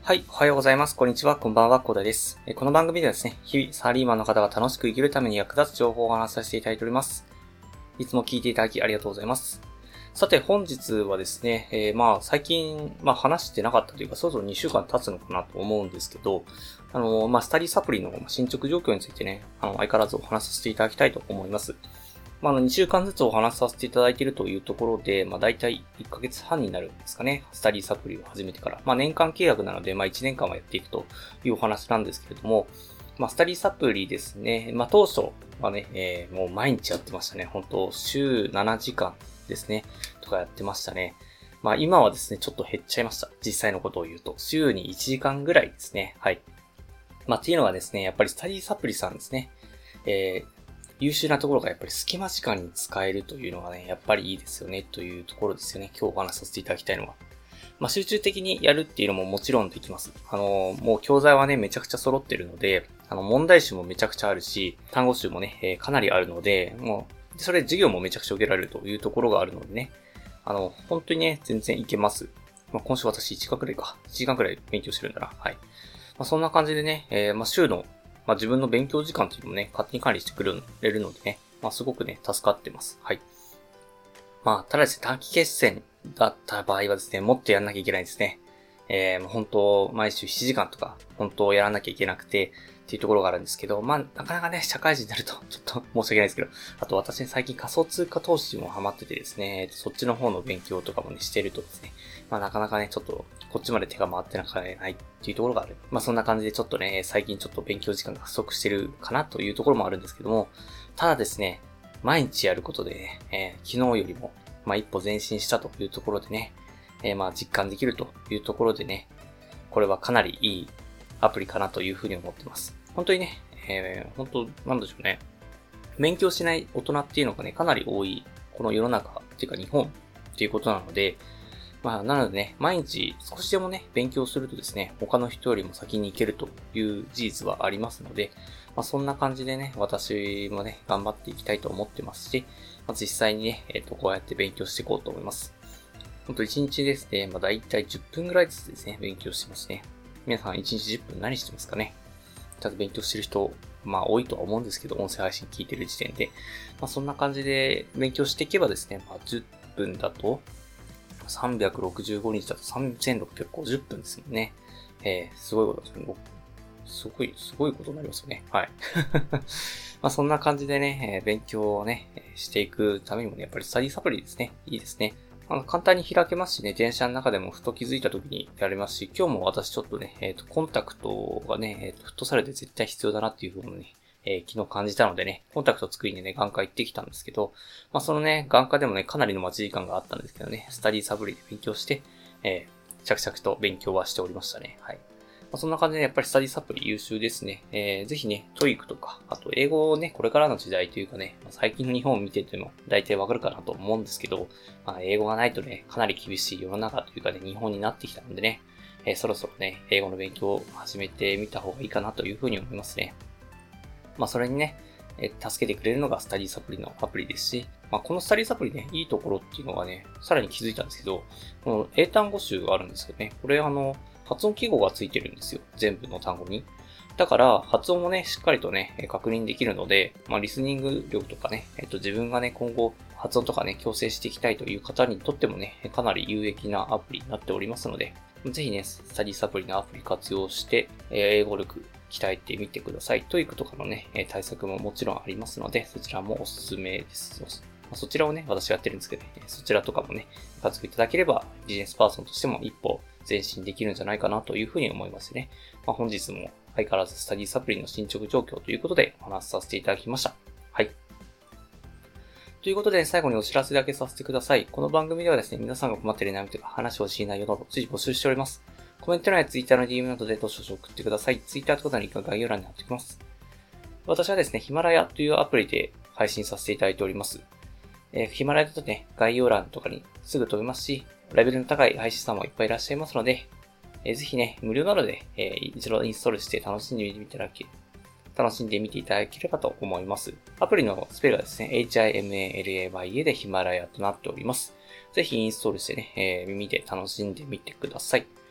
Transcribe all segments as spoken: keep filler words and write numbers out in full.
はい、おはようございます。こんにちは、こんばんは、コーダです。この番組ではですね、日々サラリーマンの方が楽しく生きるために役立つ情報をお話しさせていただいております。いつも聞いていただきありがとうございます。さて、本日はですね、えー、まあ、最近、まあ、話してなかったというか、そろそろにしゅうかん経つのかなと思うんですけど、あの、まあ、スタディサプリの進捗状況についてね、あの、相変わらずお話しさせていただきたいと思います。まあ、あの、にしゅうかんずつお話しさせていただいているというところで、まあ、だいたいいっかげつはんになるんですかね。スタディサプリを始めてから。まあ、年間契約なので、まあ、いちねんかんはやっていくというお話なんですけれども、まあ、スタディサプリですね。まあ、当初はね、えー、もう毎日やってましたね。本当週しちじかんですね。とかやってましたね。まあ、今はですね、ちょっと減っちゃいました。実際のことを言うと。週にいちじかんぐらいですね。はい。まあ、っていうのはですね、やっぱりスタディサプリさんですね。えー優秀なところがやっぱり隙間時間に使えるというのがね、やっぱりいいですよねというところですよね。今日お話しさせていただきたいのは。まあ集中的にやるっていうのももちろんできます。あのー、もう教材はね、めちゃくちゃ揃ってるので、あの、問題集もめちゃくちゃあるし、単語集もね、えー、かなりあるので、もう、それ授業もめちゃくちゃ受けられるというところがあるのでね、あの、本当にね、全然いけます。まあ今週私いちじかんくらいか。いちじかんくらい勉強してるんだな。はい。まあそんな感じでね、えー、まあ週の、まあ自分の勉強時間っていうのもね、勝手に管理してくれるのでね、まあすごくね、助かってます。はい。まあ、ただですね、短期決戦だった場合はですね、もっとやんなきゃいけないですね。えー、もう本当、毎週しちじかんとか、本当やらなきゃいけなくて、っていうところがあるんですけど、まあ、なかなかね、社会人になると、ちょっと申し訳ないですけど、あと私ね、最近仮想通貨投資もハマっててですね、そっちの方の勉強とかもね、してるとですね、まあなかなかね、ちょっと、こっちまで手が回ってなかないっていうところがある。まあそんな感じでちょっとね、最近ちょっと勉強時間が不足してるかなというところもあるんですけども、ただですね、毎日やることでね、えー、昨日よりも、まあ一歩前進したというところでね、えー、まあ実感できるというところでね、これはかなりいいアプリかなというふうに思ってます。本当にね、えー、本当、なんでしょうね。勉強しない大人っていうのがね、かなり多い、この世の中っていうか日本っていうことなので、まあ、なのでね、毎日少しでもね、勉強するとですね、他の人よりも先に行けるという事実はありますので、まあ、そんな感じでね、私もね、頑張っていきたいと思ってますし、まあ、実際にね、えっと、こうやって勉強していこうと思います。ほんといちにちですね、まあ、だいたいじゅっぷんぐらいずつですね、勉強してますね。皆さんいちにちじゅっぷん何してますかね？ちゃんと勉強してる人、まあ多いとは思うんですけど、音声配信聞いてる時点で。まあそんな感じで勉強していけばですね、まあじゅっぷんだと、さんびゃくろくじゅうごにちだとさんぜんろっぴゃくごじゅっぷんですもんね。えー、すごいことですね。すごい、すごいことになりますよね。はい。まあそんな感じでね、えー、勉強をね、していくためにもね、やっぱりスタディサプリですね。いいですね。あの、簡単に開けますしね、電車の中でもふと気づいた時にやれますし、今日も私ちょっとね、えっと、コンタクトがね、えっと、フットサルで絶対必要だなっていうふうにね、えー、昨日感じたのでね、コンタクト作りにね、眼科行ってきたんですけど、まあ、そのね、眼科でもね、かなりの待ち時間があったんですけどね、スタディサプリで勉強して、えー、着々と勉強はしておりましたね。はい。まあ、そんな感じで、やっぱりスタディサプリ優秀ですね。えー、ぜひね、トイックとか、あと英語をね、これからの時代というかね、最近の日本を見てても大体わかるかなと思うんですけど、まあ、英語がないとね、かなり厳しい世の中というかね、日本になってきたのでね、えー、そろそろね、英語の勉強を始めてみた方がいいかなというふうに思いますね。まあ、それにね、えー、助けてくれるのがスタディサプリのアプリですし、まあ、このスタディサプリね、いいところっていうのがね、さらに気づいたんですけど、この英単語集があるんですよね。これあの、発音記号がついてるんですよ。全部の単語に。だから、発音もね、しっかりとね、確認できるので、まあ、リスニング力とかね、えっと、自分がね、今後、発音とかね、矯正していきたいという方にとってもね、かなり有益なアプリになっておりますので、ぜひね、スタディサプリのアプリ活用して、英語力鍛えてみてください。トイックとかのね、対策ももちろんありますので、そちらもおすすめです。そちらをね、私はやってるんですけど、ね、そちらとかもね、活用いただければ、ビジネスパーソンとしても一歩前進できるんじゃないかなというふうに思いますね。まあ、本日も相変わらずスタディサプリの進捗状況ということでお話しさせていただきました。はい。ということで、最後にお知らせだけさせてください。この番組ではですね、皆さんが困っている悩みとか話をしい内容など随時募集しております。コメント欄や Twitter の ディーエム などでどしどし送ってください。Twitter とかのリンクは概要欄に貼っておきます。私はですね、ヒマラヤというアプリで配信させていただいております。えー、ヒマラヤだとね、概要欄とかにすぐ飛べますし、レベルの高い配信者もいっぱいいらっしゃいますので、えー、ぜひね、無料なので、えー、一度インストールして楽しんでみていただけ、楽しんでみていただければと思います。アプリのスペルはですね、エイチアイエムエーエルエーワイエー でヒマラヤとなっております。ぜひインストールしてね、えー、耳で楽しんでみてください。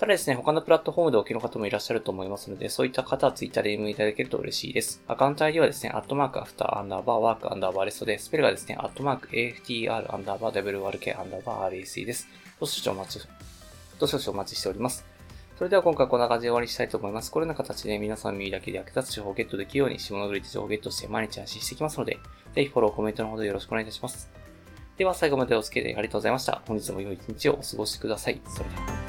ただですね、他のプラットフォームでお聞きの方もいらっしゃると思いますので、そういった方はツイッターで エム いただけると嬉しいです。アカウント アイディー はですね、アットマークアフターアンダーバーワークアンダーバーレストで、スペルがですね、アットマーク エーエフティーアール アンダーバー ダブリューアールケー アンダーバー アールエーシー です。どしどしお待ち、どしどしお待ちしております。それでは今回こんな感じで終わりにしたいと思います。このような形で皆さん耳だけで役立つ情報をゲットできるように、下のグリッド情報をゲットして毎日発信していきますので、ぜひフォロー、コメントのほどよろしくお願いいたします。では最後までお付き合いありがとうございました。本日も良い一日をお過ごしください。それでは。